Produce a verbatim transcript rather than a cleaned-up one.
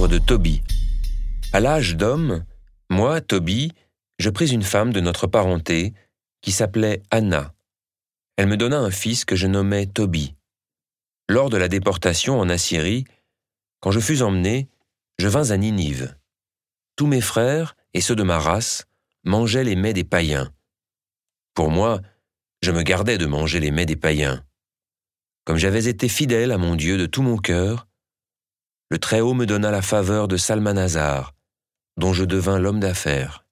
livre de Tobie. À l'âge d'homme, moi, Tobie, je pris une femme de notre parenté qui s'appelait Anna. Elle me donna un fils que je nommai Tobie. Lors de la déportation en Assyrie, quand je fus emmené, je vins à Ninive. Tous mes frères et ceux de ma race mangeaient les mets des païens. Pour moi, je me gardais de manger les mets des païens. Comme j'avais été fidèle à mon Dieu de tout mon cœur, le Très-Haut me donna la faveur de Salmanasar, dont je devins l'homme d'affaires.